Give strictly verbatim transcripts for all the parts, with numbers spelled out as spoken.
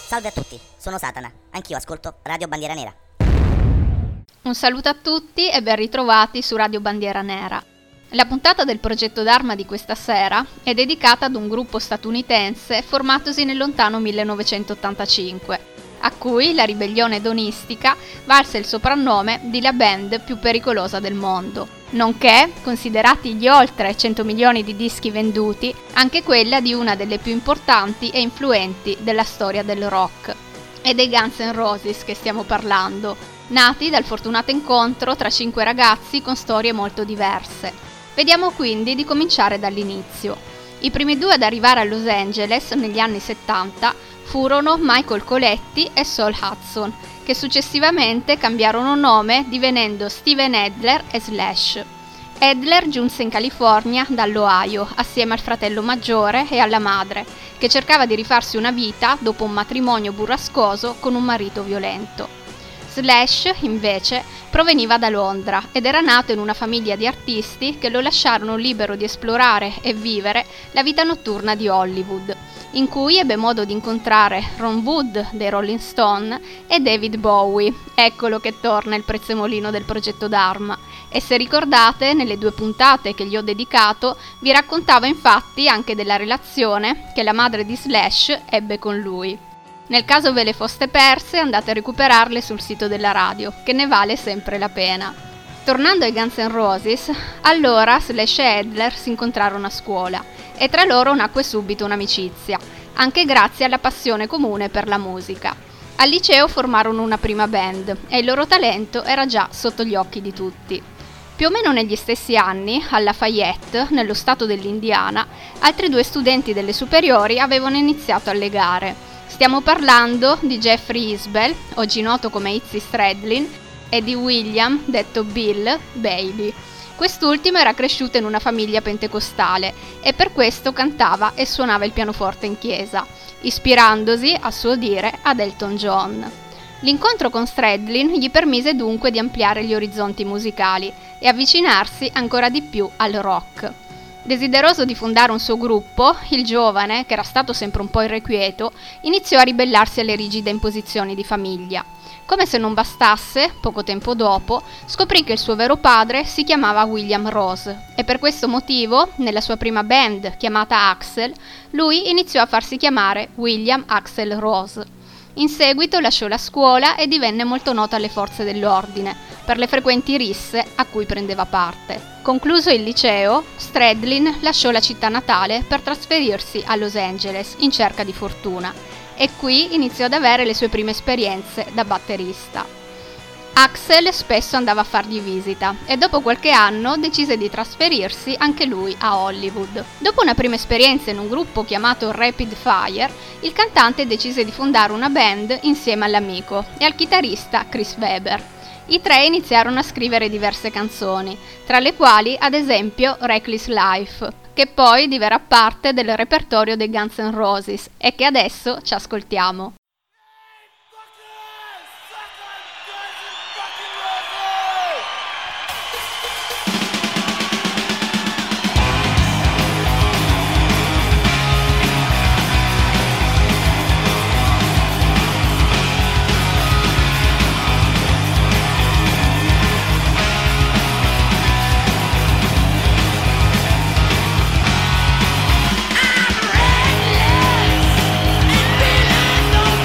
Salve a tutti, sono Satana, anch'io ascolto Radio Bandiera Nera. Un saluto a tutti e ben ritrovati su Radio Bandiera Nera. La puntata del Progetto Dharma di questa sera è dedicata ad un gruppo statunitense formatosi nel lontano millenovecentottantacinque, a cui la ribellione edonistica valse il soprannome di la band più pericolosa del mondo, nonché, considerati gli oltre cento milioni di dischi venduti, anche quella di una delle più importanti e influenti della storia del rock. È dei Guns N' Roses che stiamo parlando, nati dal fortunato incontro tra cinque ragazzi con storie molto diverse. Vediamo quindi di cominciare dall'inizio. I primi due ad arrivare a Los Angeles negli anni settanta furono Michael Coletti e Saul Hudson, che successivamente cambiarono nome divenendo Steven Adler e Slash. Adler giunse in California dall'Ohio assieme al fratello maggiore e alla madre, che cercava di rifarsi una vita dopo un matrimonio burrascoso con un marito violento. Slash, invece, proveniva da Londra ed era nato in una famiglia di artisti che lo lasciarono libero di esplorare e vivere la vita notturna di Hollywood, in cui ebbe modo di incontrare Ron Wood dei Rolling Stone e David Bowie, eccolo che torna il prezzemolino del Progetto Dharma, e se ricordate, nelle due puntate che gli ho dedicato, vi raccontavo infatti anche della relazione che la madre di Slash ebbe con lui. Nel caso ve le foste perse, andate a recuperarle sul sito della radio, che ne vale sempre la pena. Tornando ai Guns N' Roses, allora Slash e Adler si incontrarono a scuola e tra loro nacque subito un'amicizia, anche grazie alla passione comune per la musica. Al liceo formarono una prima band e il loro talento era già sotto gli occhi di tutti. Più o meno negli stessi anni, a Lafayette, nello stato dell'Indiana, altri due studenti delle superiori avevano iniziato alle gare. Stiamo parlando di Jeffrey Isbell, oggi noto come Izzy Stradlin, e di William, detto Bill, Bailey. Quest'ultimo era cresciuto in una famiglia pentecostale e per questo cantava e suonava il pianoforte in chiesa, ispirandosi, a suo dire, ad Elton John. L'incontro con Stradlin gli permise dunque di ampliare gli orizzonti musicali e avvicinarsi ancora di più al rock. Desideroso di fondare un suo gruppo, il giovane, che era stato sempre un po' irrequieto, iniziò a ribellarsi alle rigide imposizioni di famiglia. Come se non bastasse, poco tempo dopo, scoprì che il suo vero padre si chiamava William Rose e per questo motivo, nella sua prima band, chiamata Axl, lui iniziò a farsi chiamare William Axl Rose. In seguito lasciò la scuola e divenne molto noto alle forze dell'ordine, per le frequenti risse a cui prendeva parte. Concluso il liceo, Stradlin lasciò la città natale per trasferirsi a Los Angeles in cerca di fortuna e qui iniziò ad avere le sue prime esperienze da batterista. Axl spesso andava a fargli visita e dopo qualche anno decise di trasferirsi anche lui a Hollywood. Dopo una prima esperienza in un gruppo chiamato Rapid Fire, il cantante decise di fondare una band insieme all'amico e al chitarrista Chris Webber. I tre iniziarono a scrivere diverse canzoni, tra le quali ad esempio Reckless Life, che poi diverrà parte del repertorio dei Guns N' Roses e che adesso ci ascoltiamo. I'm reckless and feel like no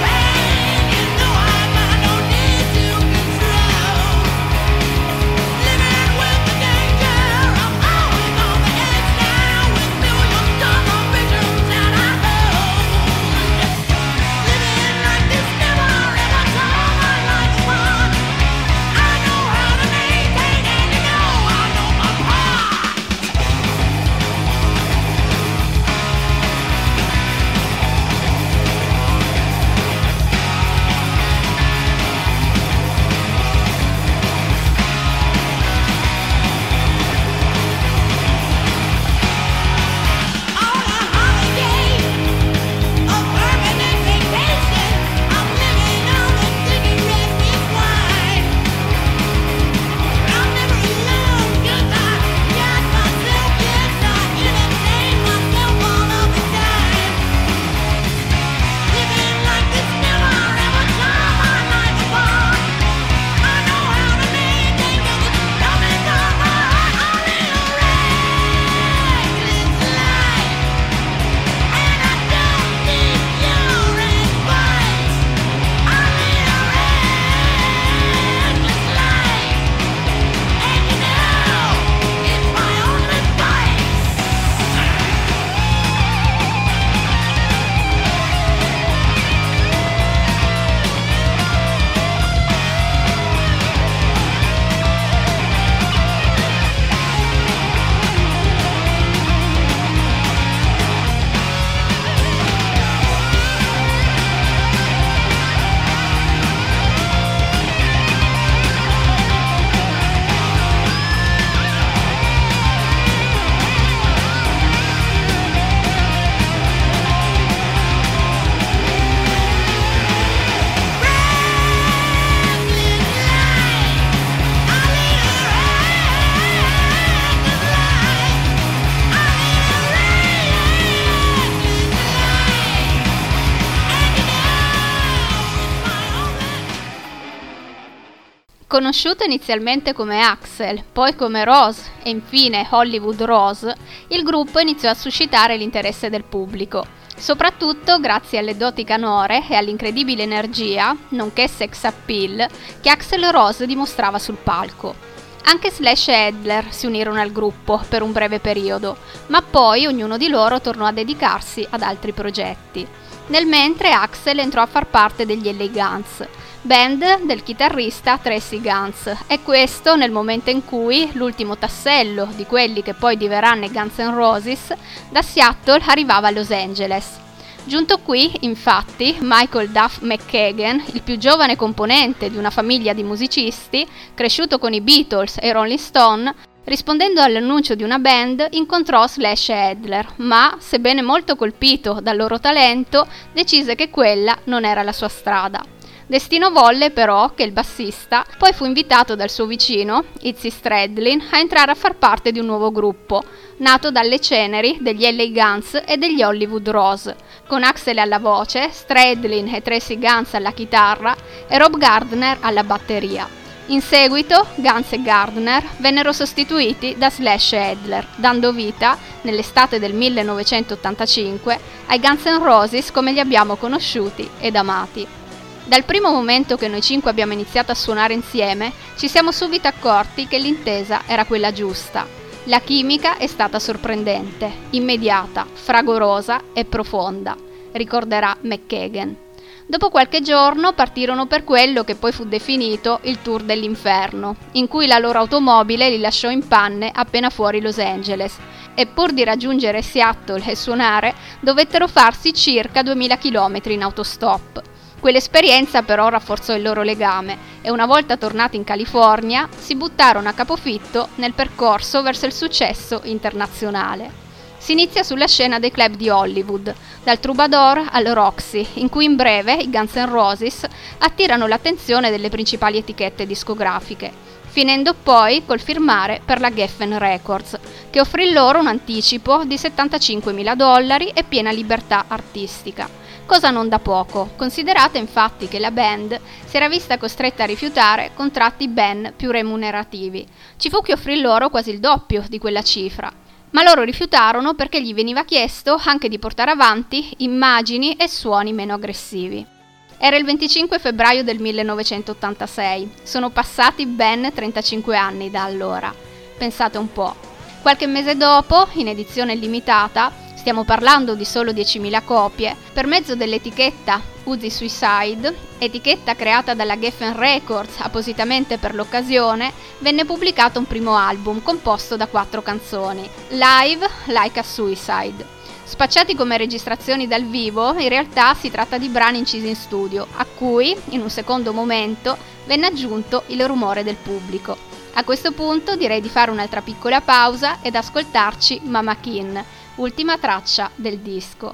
Conosciuto inizialmente come Axl, poi come Rose e infine Hollywood Rose, il gruppo iniziò a suscitare l'interesse del pubblico, soprattutto grazie alle doti canore e all'incredibile energia, nonché sex appeal, che Axl Rose dimostrava sul palco. Anche Slash e Adler si unirono al gruppo per un breve periodo, ma poi ognuno di loro tornò a dedicarsi ad altri progetti. Nel mentre Axl entrò a far parte degli L A Guns, band del chitarrista Tracy Guns, e questo nel momento in cui l'ultimo tassello di quelli che poi diverranno i Guns N' Roses da Seattle arrivava a Los Angeles. Giunto qui, infatti, Michael Duff McKagan, il più giovane componente di una famiglia di musicisti, cresciuto con i Beatles e i Rolling Stone, rispondendo all'annuncio di una band, incontrò Slash e Adler, ma, sebbene molto colpito dal loro talento, decise che quella non era la sua strada. Destino volle però che il bassista poi fu invitato dal suo vicino, Izzy Stradlin, a entrare a far parte di un nuovo gruppo, nato dalle ceneri degli L A Guns e degli Hollywood Rose, con Axl alla voce, Stradlin e Tracy Guns alla chitarra e Rob Gardner alla batteria. In seguito, Guns e Gardner vennero sostituiti da Slash e Adler, dando vita, nell'estate del millenovecentottantacinque, ai Guns N' Roses come li abbiamo conosciuti ed amati. Dal primo momento che noi cinque abbiamo iniziato a suonare insieme, ci siamo subito accorti che l'intesa era quella giusta. La chimica è stata sorprendente, immediata, fragorosa e profonda, ricorderà McKagan. Dopo qualche giorno partirono per quello che poi fu definito il Tour dell'Inferno, in cui la loro automobile li lasciò in panne appena fuori Los Angeles, e pur di raggiungere Seattle e suonare, dovettero farsi circa duemila chilometri in autostop. Quell'esperienza però rafforzò il loro legame e una volta tornati in California si buttarono a capofitto nel percorso verso il successo internazionale. Si inizia sulla scena dei club di Hollywood, dal Troubadour al Roxy, in cui in breve i Guns N' Roses attirano l'attenzione delle principali etichette discografiche, finendo poi col firmare per la Geffen Records, che offrì loro un anticipo di settantacinquemila dollari e piena libertà artistica. Cosa non da poco, considerate infatti che la band si era vista costretta a rifiutare contratti ben più remunerativi. Ci fu chi offrì loro quasi il doppio di quella cifra, ma loro rifiutarono perché gli veniva chiesto anche di portare avanti immagini e suoni meno aggressivi. Era il venticinque febbraio del millenovecentottantasei, sono passati ben trentacinque anni da allora. Pensate un po'. Qualche mese dopo, in edizione limitata, stiamo parlando di solo diecimila copie, per mezzo dell'etichetta Uzi Suicide, etichetta creata dalla Geffen Records appositamente per l'occasione, venne pubblicato un primo album composto da quattro canzoni, Live Like a Suicide. Spacciati come registrazioni dal vivo, in realtà si tratta di brani incisi in studio, a cui, in un secondo momento, venne aggiunto il rumore del pubblico. A questo punto direi di fare un'altra piccola pausa ed ascoltarci Mama Kin, ultima traccia del disco.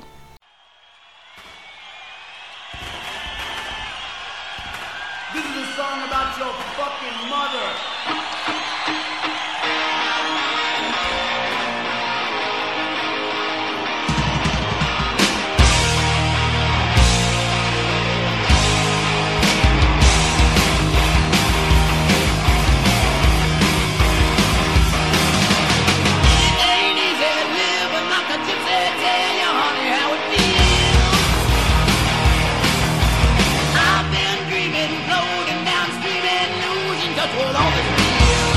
This is a song about your fucking mother. I've been dreaming, floating down, screaming, losing touch with all this real.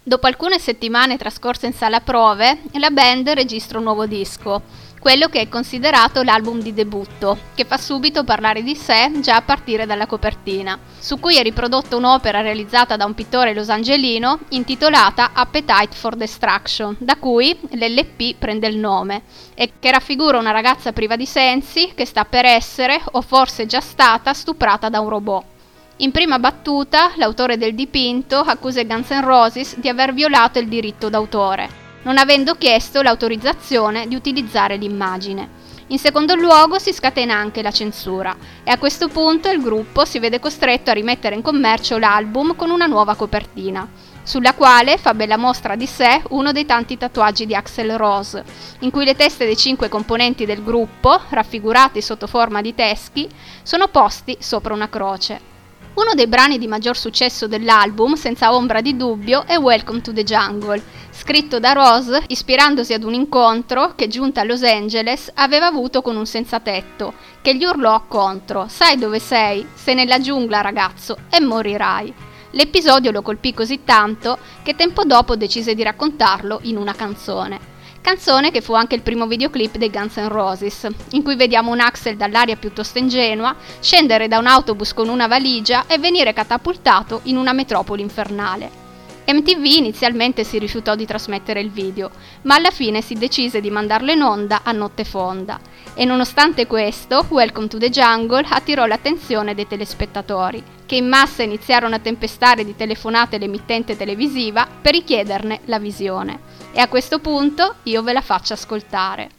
Dopo alcune settimane trascorse in sala prove, la band registra un nuovo disco, quello che è considerato l'album di debutto, che fa subito parlare di sé già a partire dalla copertina, su cui è riprodotta un'opera realizzata da un pittore losangelino intitolata Appetite for Destruction, da cui l'L P prende il nome, e che raffigura una ragazza priva di sensi che sta per essere, o forse già stata, stuprata da un robot. In prima battuta, l'autore del dipinto accusa i Guns N' Roses di aver violato il diritto d'autore, non avendo chiesto l'autorizzazione di utilizzare l'immagine. In secondo luogo si scatena anche la censura, e a questo punto il gruppo si vede costretto a rimettere in commercio l'album con una nuova copertina, sulla quale fa bella mostra di sé uno dei tanti tatuaggi di Axl Rose, in cui le teste dei cinque componenti del gruppo, raffigurati sotto forma di teschi, sono posti sopra una croce. Uno dei brani di maggior successo dell'album, senza ombra di dubbio, è Welcome to the Jungle, scritto da Rose ispirandosi ad un incontro che, giunta a Los Angeles, aveva avuto con un senzatetto, che gli urlò contro: «Sai dove sei? Sei nella giungla, ragazzo, e morirai». L'episodio lo colpì così tanto che tempo dopo decise di raccontarlo in una canzone. Canzone che fu anche il primo videoclip dei Guns N' Roses, in cui vediamo un Axl dall'aria piuttosto ingenua scendere da un autobus con una valigia e venire catapultato in una metropoli infernale. M T V inizialmente si rifiutò di trasmettere il video, ma alla fine si decise di mandarlo in onda a notte fonda, e nonostante questo, Welcome to the Jungle attirò l'attenzione dei telespettatori, che in massa iniziarono a tempestare di telefonate all'emittente televisiva per richiederne la visione. E a questo punto io ve la faccio ascoltare.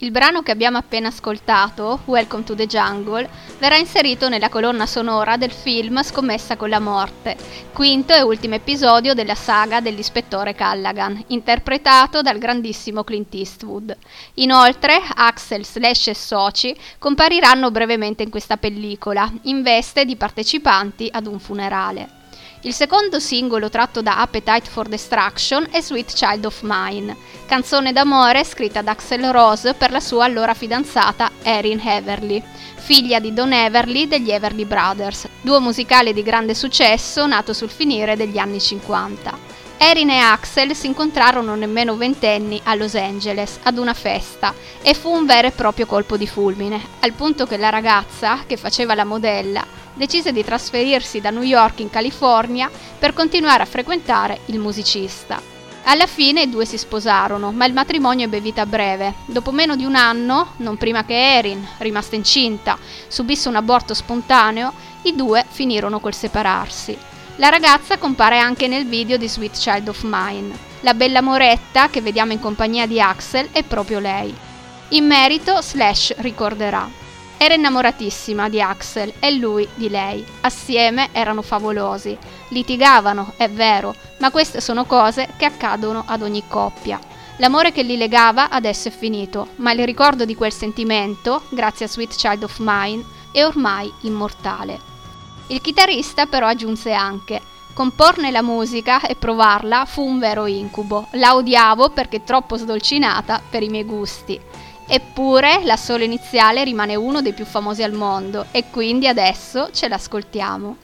Il brano che abbiamo appena ascoltato, Welcome to the Jungle, verrà inserito nella colonna sonora del film Scommessa con la morte, quinto e ultimo episodio della saga dell'ispettore Callaghan, interpretato dal grandissimo Clint Eastwood. Inoltre, Axel slash e soci compariranno brevemente in questa pellicola, in veste di partecipanti ad un funerale. Il secondo singolo tratto da Appetite for Destruction è Sweet Child of Mine, canzone d'amore scritta da Axl Rose per la sua allora fidanzata Erin Everly, figlia di Don Everly degli Everly Brothers, duo musicale di grande successo nato sul finire degli anni cinquanta. Erin e Axel si incontrarono nemmeno ventenni a Los Angeles ad una festa e fu un vero e proprio colpo di fulmine, al punto che la ragazza, che faceva la modella, decise di trasferirsi da New York in California per continuare a frequentare il musicista. Alla fine i due si sposarono, ma il matrimonio ebbe vita breve. Dopo meno di un anno, non prima che Erin, rimasta incinta, subisse un aborto spontaneo, i due finirono col separarsi. La ragazza compare anche nel video di Sweet Child of Mine. La bella moretta che vediamo in compagnia di Axel è proprio lei. In merito, Slash ricorderà: era innamoratissima di Axel e lui di lei. Assieme erano favolosi. Litigavano, è vero, ma queste sono cose che accadono ad ogni coppia. L'amore che li legava adesso è finito, ma il ricordo di quel sentimento, grazie a Sweet Child of Mine, è ormai immortale. Il chitarrista però aggiunse anche: comporne la musica e provarla fu un vero incubo. La odiavo perché troppo sdolcinata per i miei gusti. Eppure la solo iniziale rimane uno dei più famosi al mondo e quindi adesso ce l'ascoltiamo.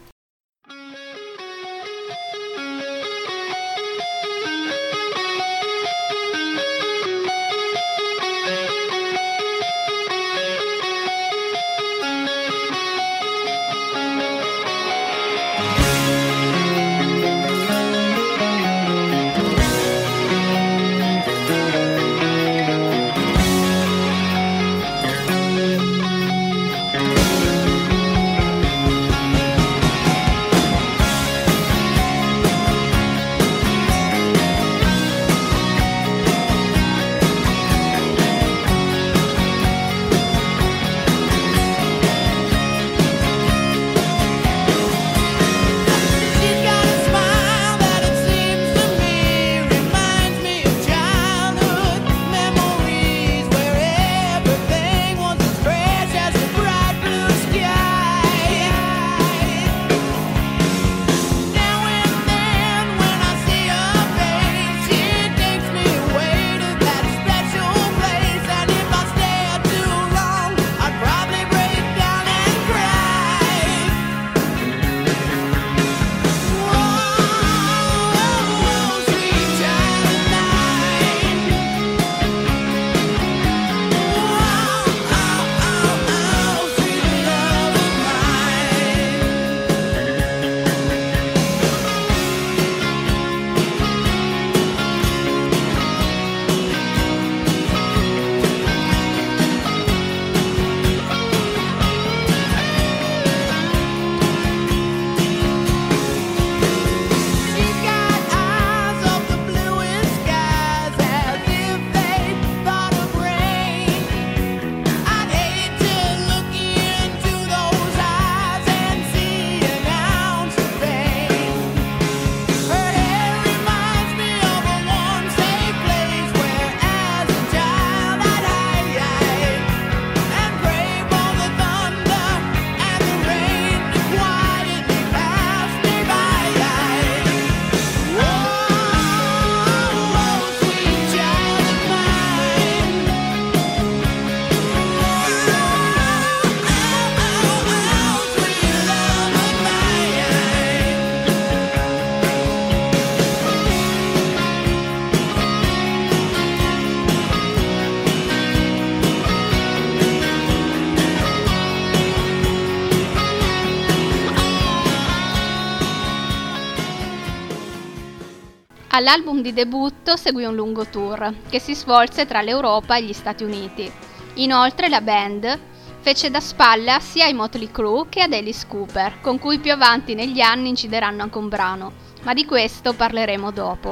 All'album di debutto seguì un lungo tour, che si svolse tra l'Europa e gli Stati Uniti. Inoltre la band fece da spalla sia ai Motley Crue che ad Alice Cooper, con cui più avanti negli anni incideranno anche un brano, ma di questo parleremo dopo.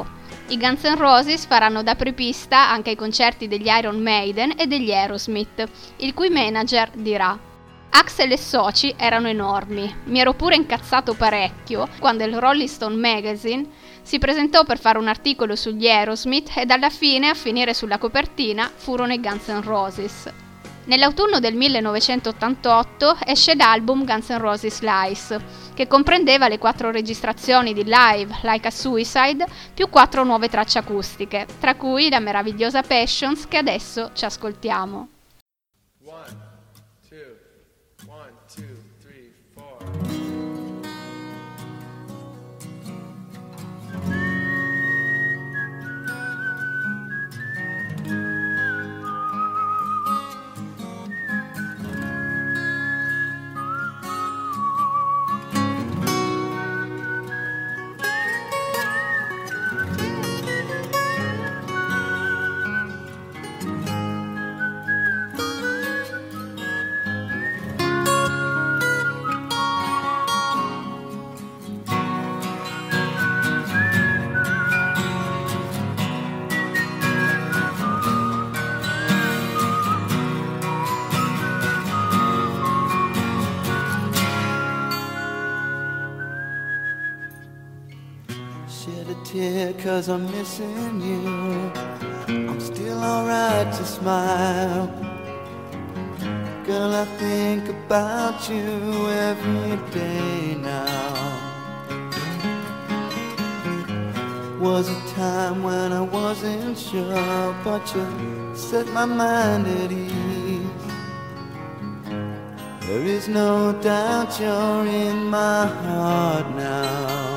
I Guns N' Roses faranno da apripista anche ai concerti degli Iron Maiden e degli Aerosmith, il cui manager dirà: Axl e soci erano enormi, mi ero pure incazzato parecchio quando il Rolling Stone Magazine si presentò per fare un articolo sugli Aerosmith ed alla fine, a finire sulla copertina, furono i Guns N' Roses. Nell'autunno del millenovecentottantotto esce l'album Guns N' Roses Live, che comprendeva le quattro registrazioni di Live Like a Suicide più quattro nuove tracce acustiche, tra cui la meravigliosa Passions che adesso ci ascoltiamo. One, two, one, two, three, four. Shed a tear cause I'm missing you. I'm still alright to smile. Girl, I think about you every day now. Was a time when I wasn't sure, but you set my mind at ease. There is no doubt you're in my heart now.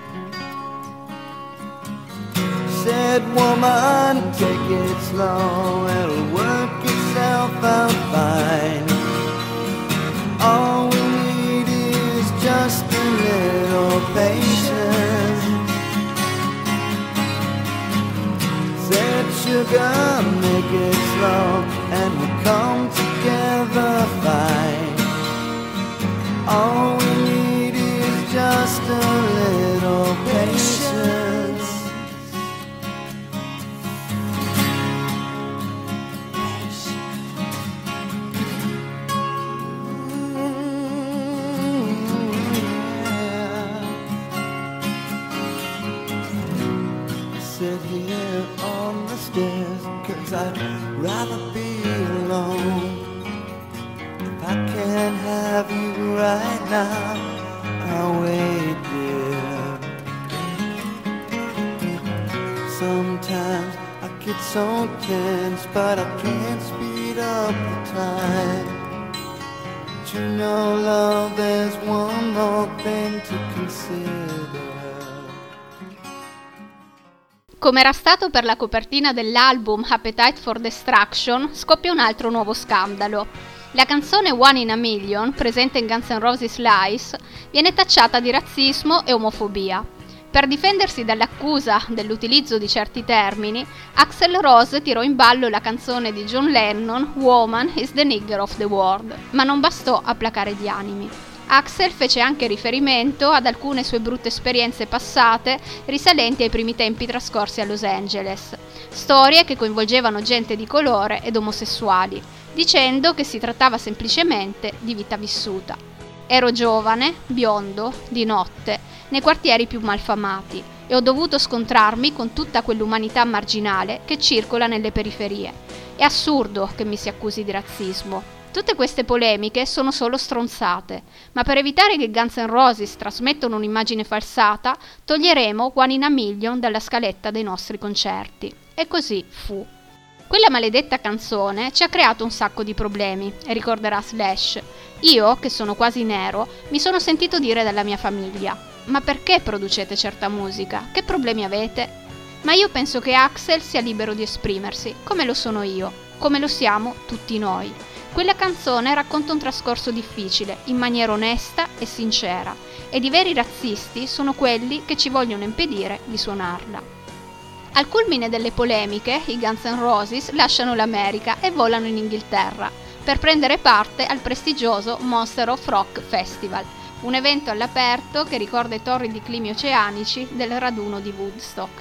Said woman, take it slow, it'll work itself out fine. All we need is just a little patience. Said sugar, make it slow, and we'll come together fine. All we need is just a little patience. Sit here on the stairs, cause I'd rather be alone. If I can't have you right now, I'll wait, dear. Sometimes I get so tense, but I can't speed up the time. But you know, love, there's one more thing to consider. Come era stato per la copertina dell'album Appetite for Destruction, scoppia un altro nuovo scandalo. La canzone One in a Million, presente in Guns N' Roses Live, viene tacciata di razzismo e omofobia. Per difendersi dall'accusa dell'utilizzo di certi termini, Axl Rose tirò in ballo la canzone di John Lennon, Woman is the Nigger of the World, ma non bastò a placare gli animi. Axl fece anche riferimento ad alcune sue brutte esperienze passate risalenti ai primi tempi trascorsi a Los Angeles, storie che coinvolgevano gente di colore ed omosessuali, dicendo che si trattava semplicemente di vita vissuta. Ero giovane, biondo, di notte, nei quartieri più malfamati e ho dovuto scontrarmi con tutta quell'umanità marginale che circola nelle periferie. È assurdo che mi si accusi di razzismo. Tutte queste polemiche sono solo stronzate, ma per evitare che Guns N' Roses trasmettano un'immagine falsata, toglieremo One in a Million dalla scaletta dei nostri concerti. E così fu. Quella maledetta canzone ci ha creato un sacco di problemi, ricorderà Slash. Io, che sono quasi nero, mi sono sentito dire dalla mia famiglia: ma perché producete certa musica? Che problemi avete? Ma io penso che Axl sia libero di esprimersi, come lo sono io, come lo siamo tutti noi. Quella canzone racconta un trascorso difficile, in maniera onesta e sincera, ed i veri razzisti sono quelli che ci vogliono impedire di suonarla. Al culmine delle polemiche, i Guns N' Roses lasciano l'America e volano in Inghilterra per prendere parte al prestigioso Monster of Rock Festival, un evento all'aperto che ricorda i torridi climi oceanici del raduno di Woodstock.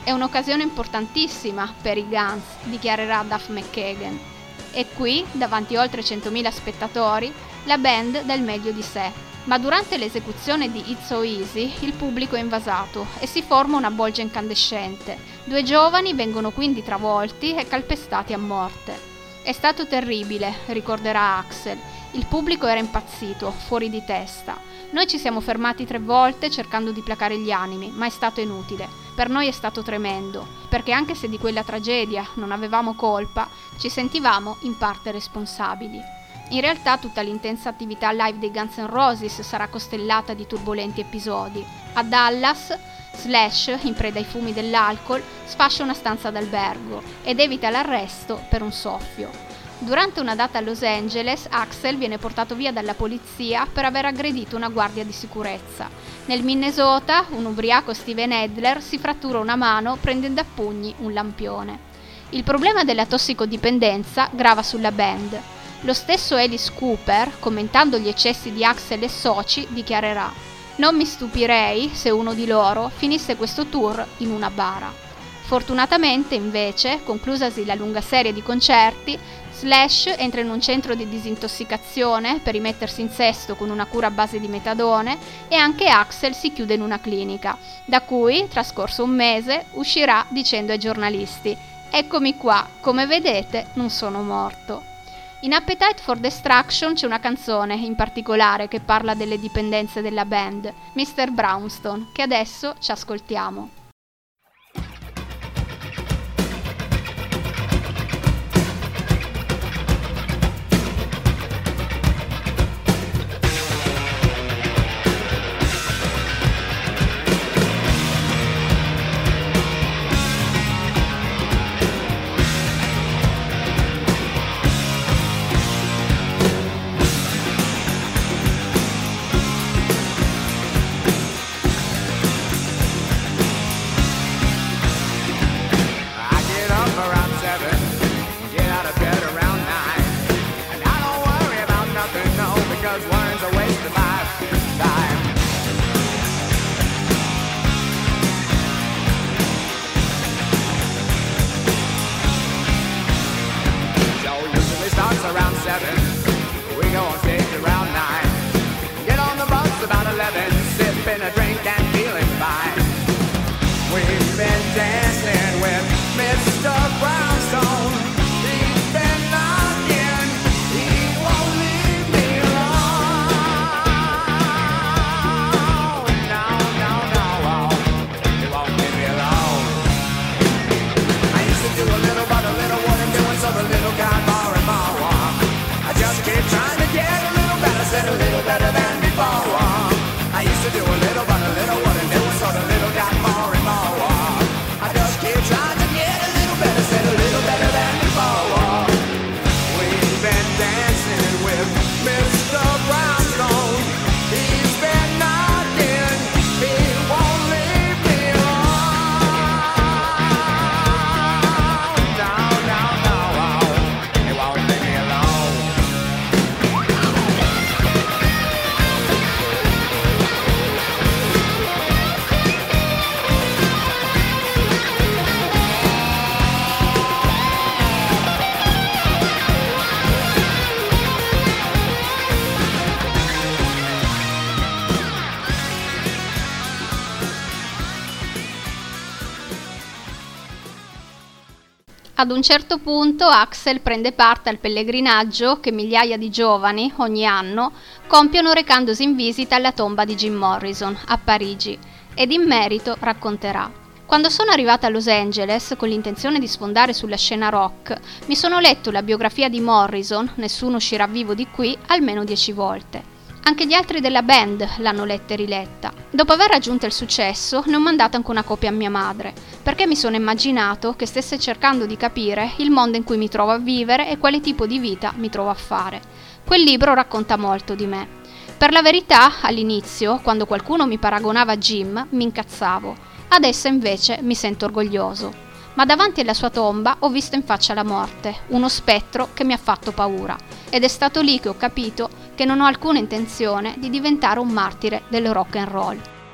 È un'occasione importantissima per i Guns, dichiarerà Duff McKagan. E qui, davanti a oltre centomila spettatori, la band dà il meglio di sé. Ma durante l'esecuzione di It's So Easy il pubblico è invasato e si forma una bolgia incandescente. Due giovani vengono quindi travolti e calpestati a morte. È stato terribile, ricorderà Axl. Il pubblico era impazzito, fuori di testa. Noi ci siamo fermati tre volte cercando di placare gli animi, ma è stato inutile. Per noi è stato tremendo, perché anche se di quella tragedia non avevamo colpa, ci sentivamo in parte responsabili. In realtà tutta l'intensa attività live dei Guns N' Roses sarà costellata di turbolenti episodi. A Dallas, Slash, in preda ai fumi dell'alcol, sfascia una stanza d'albergo ed evita l'arresto per un soffio. Durante una data a Los Angeles, Axl viene portato via dalla polizia per aver aggredito una guardia di sicurezza. Nel Minnesota, un ubriaco Steven Adler si frattura una mano prendendo a pugni un lampione. Il problema della tossicodipendenza grava sulla band. Lo stesso Alice Cooper, commentando gli eccessi di Axl e soci, dichiarerà: «Non mi stupirei se uno di loro finisse questo tour in una bara». Fortunatamente, invece, conclusasi la lunga serie di concerti, Slash entra in un centro di disintossicazione per rimettersi in sesto con una cura a base di metadone e anche Axl si chiude in una clinica, da cui, trascorso un mese, uscirà dicendo ai giornalisti: «Eccomi qua, come vedete non sono morto». In Appetite for Destruction c'è una canzone in particolare che parla delle dipendenze della band, mister Brownstone, che adesso ci ascoltiamo. Around seven, we go on stage around nine. Get on the bus about eleven, sipping a drink and feeling fine. We've been dancing with Mister Brownstone. He's been knocking, he won't leave me alone. No, no, no, he won't leave me alone. I used to do a little, but a little wasn't doing, so the little got more and more. Just keep trying to get a little better, said a little better than before. I used to do a little, but a little wouldn't do, so the little got more and more. I just keep trying to get a little better, said a little better than before. We've been dancing with Mister Brownstone. He's been knocking, he won't leave me alone. No, no, no, he won't leave me alone. Ad un certo punto Axl prende parte al pellegrinaggio che migliaia di giovani, ogni anno, compiono recandosi in visita alla tomba di Jim Morrison, a Parigi, ed in merito racconterà: «Quando sono arrivata a Los Angeles con l'intenzione di sfondare sulla scena rock, mi sono letto la biografia di Morrison, Nessuno uscirà vivo di qui, almeno dieci volte. Anche gli altri della band l'hanno letta e riletta. Dopo aver raggiunto il successo, ne ho mandato anche una copia a mia madre, perché mi sono immaginato che stesse cercando di capire il mondo in cui mi trovo a vivere e quale tipo di vita mi trovo a fare. Quel libro racconta molto di me. Per la verità, all'inizio, quando qualcuno mi paragonava a Jim, mi incazzavo. Adesso invece mi sento orgoglioso. Ma davanti alla sua tomba ho visto in faccia la morte, uno spettro che mi ha fatto paura. Ed è stato lì che ho capito che non ho alcuna intenzione di diventare un martire del rock and roll».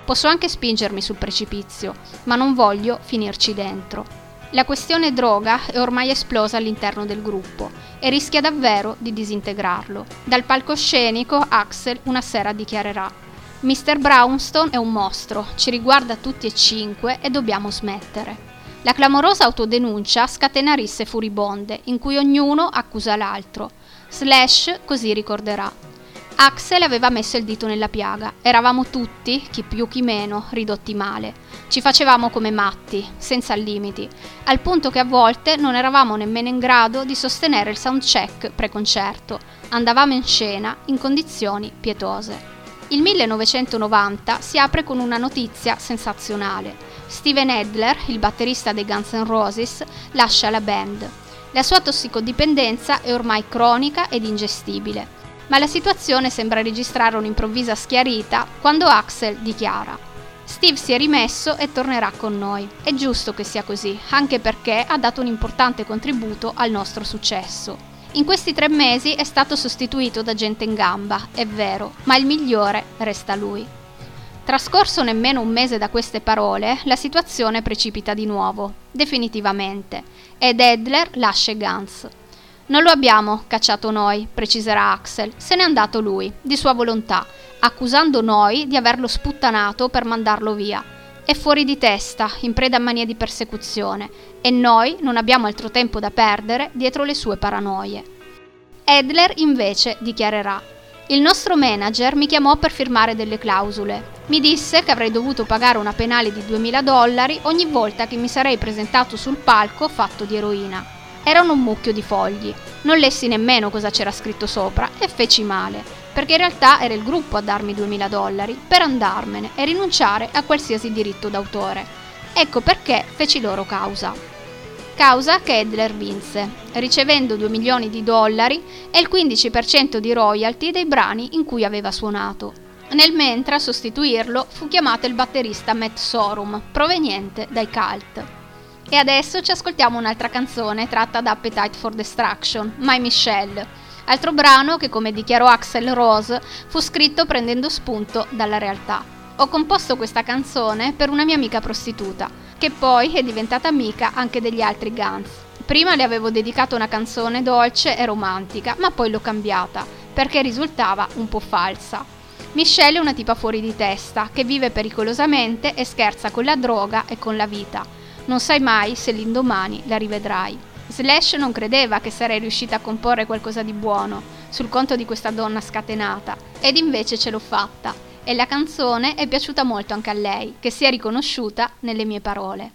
Posso anche spingermi sul precipizio, ma non voglio finirci dentro. La questione droga è ormai esplosa all'interno del gruppo e rischia davvero di disintegrarlo. Dal palcoscenico Axel una sera dichiarerà: mister Brownstone è un mostro, ci riguarda tutti e cinque e dobbiamo smettere. La clamorosa autodenuncia scatena risse furibonde, in cui ognuno accusa l'altro. Slash così ricorderà: Axel aveva messo il dito nella piaga, eravamo tutti, chi più chi meno, ridotti male. Ci facevamo come matti, senza limiti, al punto che a volte non eravamo nemmeno in grado di sostenere il soundcheck preconcerto, andavamo in scena in condizioni pietose. Il millenovecentonovanta si apre con una notizia sensazionale. Steven Adler, il batterista dei Guns N' Roses, lascia la band. La sua tossicodipendenza è ormai cronica ed ingestibile, ma la situazione sembra registrare un'improvvisa schiarita quando Axel dichiara: Steve si è rimesso e tornerà con noi. È giusto che sia così, anche perché ha dato un importante contributo al nostro successo. In questi tre mesi è stato sostituito da gente in gamba, è vero, ma il migliore resta lui. Trascorso nemmeno un mese da queste parole, la situazione precipita di nuovo, definitivamente, ed Adler lascia i Guns. Non lo abbiamo cacciato noi, preciserà Axel, se n'è andato lui, di sua volontà, accusando noi di averlo sputtanato per mandarlo via. È fuori di testa, in preda a manie di persecuzione, e noi non abbiamo altro tempo da perdere dietro le sue paranoie. Adler invece dichiarerà: il nostro manager mi chiamò per firmare delle clausole. Mi disse che avrei dovuto pagare una penale di duemila dollari ogni volta che mi sarei presentato sul palco fatto di eroina. Erano un mucchio di fogli. Non lessi nemmeno cosa c'era scritto sopra e feci male, perché in realtà era il gruppo a darmi duemila dollari per andarmene e rinunciare a qualsiasi diritto d'autore. Ecco perché feci loro causa. Causa che Adler vinse, ricevendo due milioni di dollari e il quindici per cento di royalty dei brani in cui aveva suonato. Nel mentre a sostituirlo fu chiamato il batterista Matt Sorum, proveniente dai Cult. E adesso ci ascoltiamo un'altra canzone tratta da Appetite for Destruction, My Michelle, altro brano che, come dichiarò Axl Rose, fu scritto prendendo spunto dalla realtà. Ho composto questa canzone per una mia amica prostituta, che poi è diventata amica anche degli altri Guns. Prima le avevo dedicato una canzone dolce e romantica, ma poi l'ho cambiata, perché risultava un po' falsa. Michelle è una tipa fuori di testa, che vive pericolosamente e scherza con la droga e con la vita. Non sai mai se l'indomani la rivedrai. Slash non credeva che sarei riuscita a comporre qualcosa di buono sul conto di questa donna scatenata, ed invece ce l'ho fatta, e la canzone è piaciuta molto anche a lei, che si è riconosciuta nelle mie parole.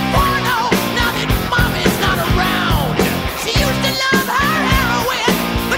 Now that mommy's not around, she used to love her heroin,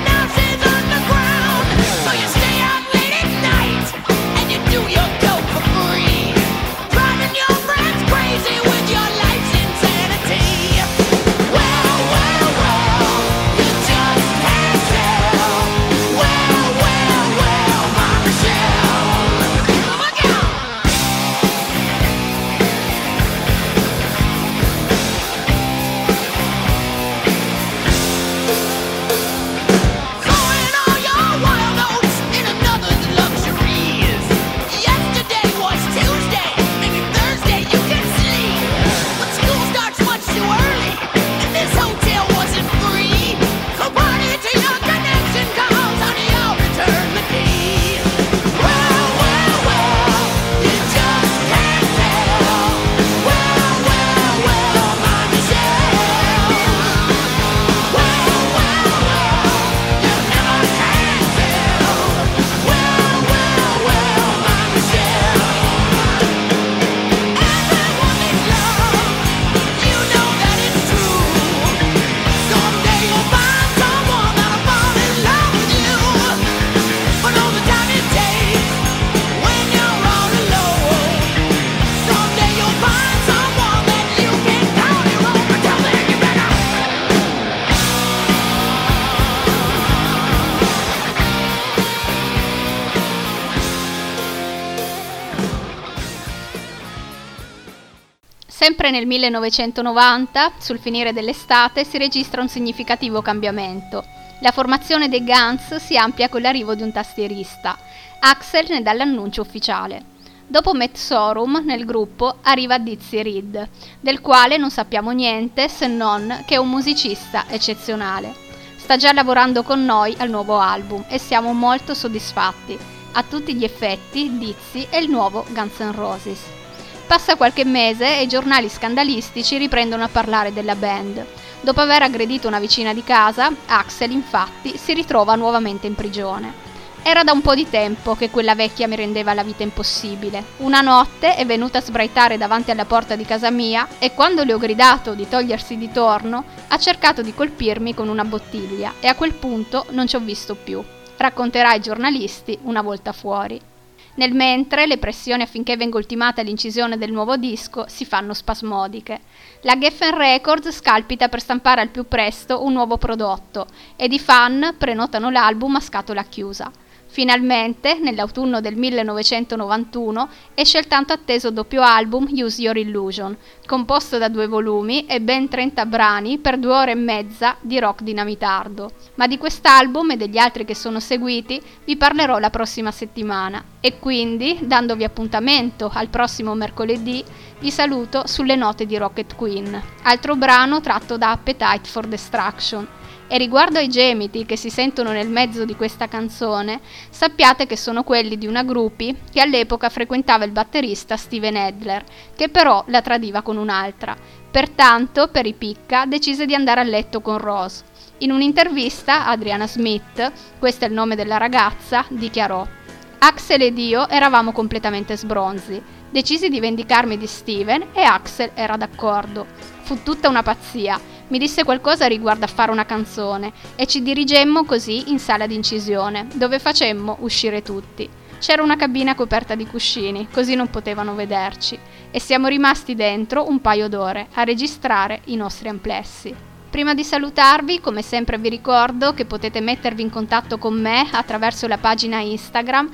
Sempre nel millenovecentonovanta, sul finire dell'estate, si registra un significativo cambiamento. La formazione dei Guns si amplia con l'arrivo di un tastierista. Axl ne dà l'annuncio ufficiale. Dopo Matt Sorum, nel gruppo arriva Dizzy Reed, del quale non sappiamo niente se non che è un musicista eccezionale. Sta già lavorando con noi al nuovo album e siamo molto soddisfatti. A tutti gli effetti, Dizzy è il nuovo Guns N' Roses. Passa qualche mese e i giornali scandalistici riprendono a parlare della band. Dopo aver aggredito una vicina di casa, Axl infatti si ritrova nuovamente in prigione. Era da un po' di tempo che quella vecchia mi rendeva la vita impossibile. Una notte è venuta a sbraitare davanti alla porta di casa mia e quando le ho gridato di togliersi di torno, ha cercato di colpirmi con una bottiglia e a quel punto non ci ho visto più. Racconterà ai giornalisti una volta fuori. Nel mentre, le pressioni affinché venga ultimata l'incisione del nuovo disco si fanno spasmodiche. La Geffen Records scalpita per stampare al più presto un nuovo prodotto ed i fan prenotano l'album a scatola chiusa. Finalmente, nell'autunno del millenovecentonovantuno, esce il tanto atteso doppio album Use Your Illusion, composto da due volumi e ben trenta brani per due ore e mezza di rock dinamitardo. Ma di quest'album e degli altri che sono seguiti vi parlerò la prossima settimana e quindi, dandovi appuntamento al prossimo mercoledì, vi saluto sulle note di Rocket Queen, altro brano tratto da Appetite for Destruction. E riguardo ai gemiti che si sentono nel mezzo di questa canzone, sappiate che sono quelli di una groupie che all'epoca frequentava il batterista Steven Adler, che però la tradiva con un'altra. Pertanto, per i picca, decise di andare a letto con Rose. In un'intervista, Adriana Smith, questo è il nome della ragazza, dichiarò: Axl ed io eravamo completamente sbronzi. Decisi di vendicarmi di Steven e Axl era d'accordo. Fu tutta una pazzia. Mi disse qualcosa riguardo a fare una canzone e ci dirigemmo così in sala d'incisione, dove facemmo uscire tutti. C'era una cabina coperta di cuscini, così non potevano vederci, e siamo rimasti dentro un paio d'ore a registrare i nostri amplessi. Prima di salutarvi, come sempre vi ricordo che potete mettervi in contatto con me attraverso la pagina Instagram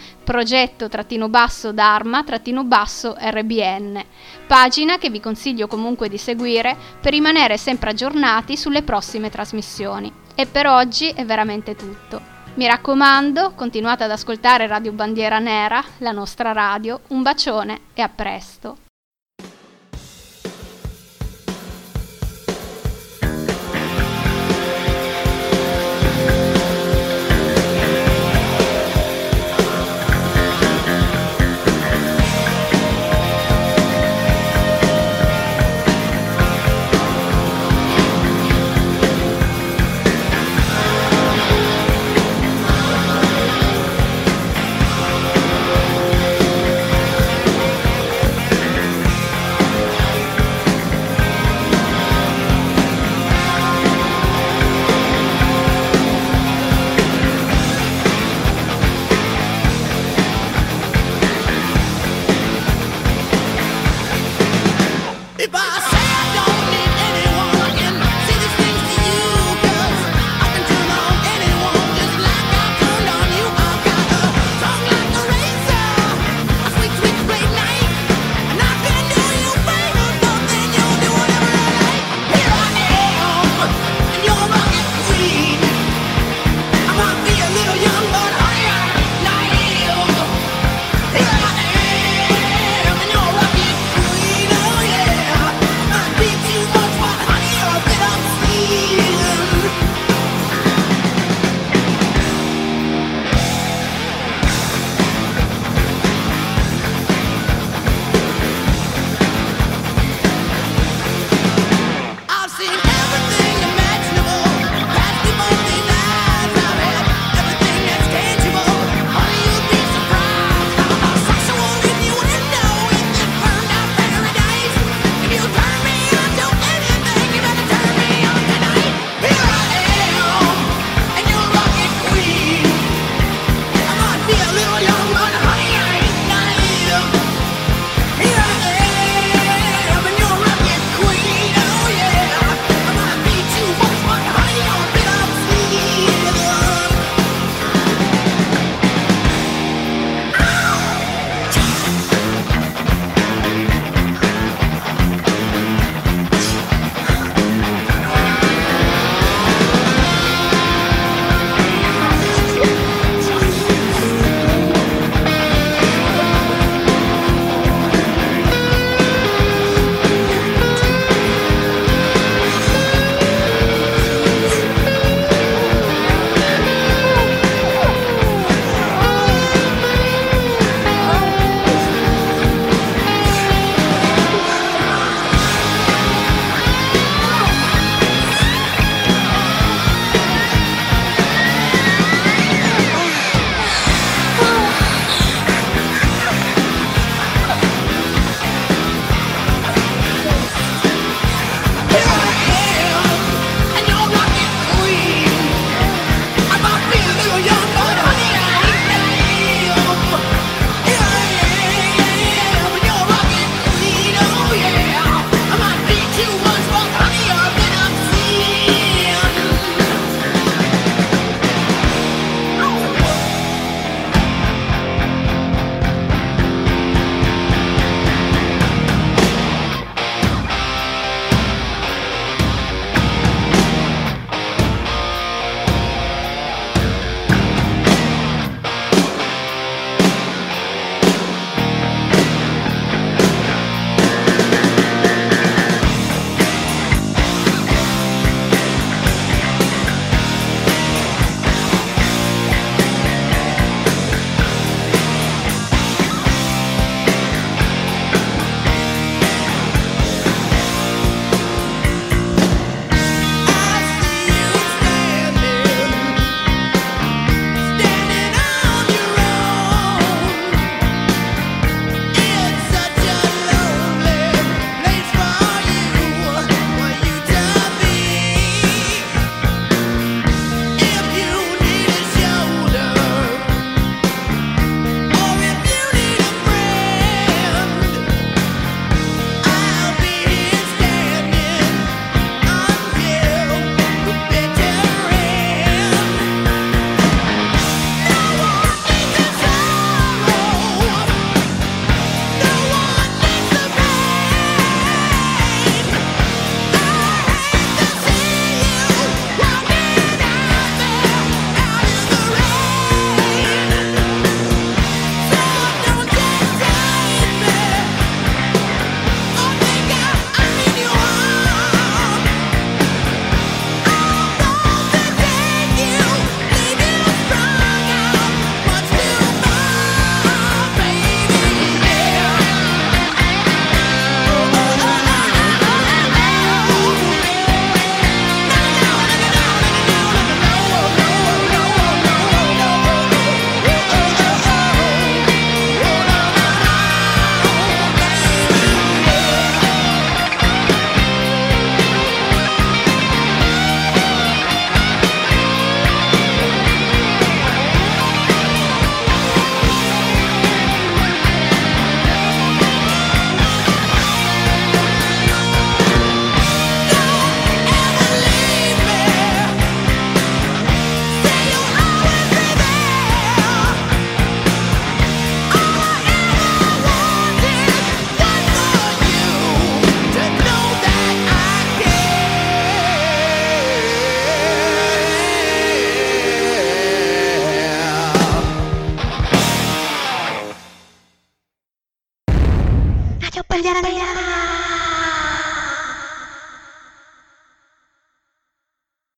progetto-basso-dharma-basso-rbn, pagina che vi consiglio comunque di seguire per rimanere sempre aggiornati sulle prossime trasmissioni. E per oggi è veramente tutto. Mi raccomando, continuate ad ascoltare Radio Bandiera Nera, la nostra radio. Un bacione e a presto!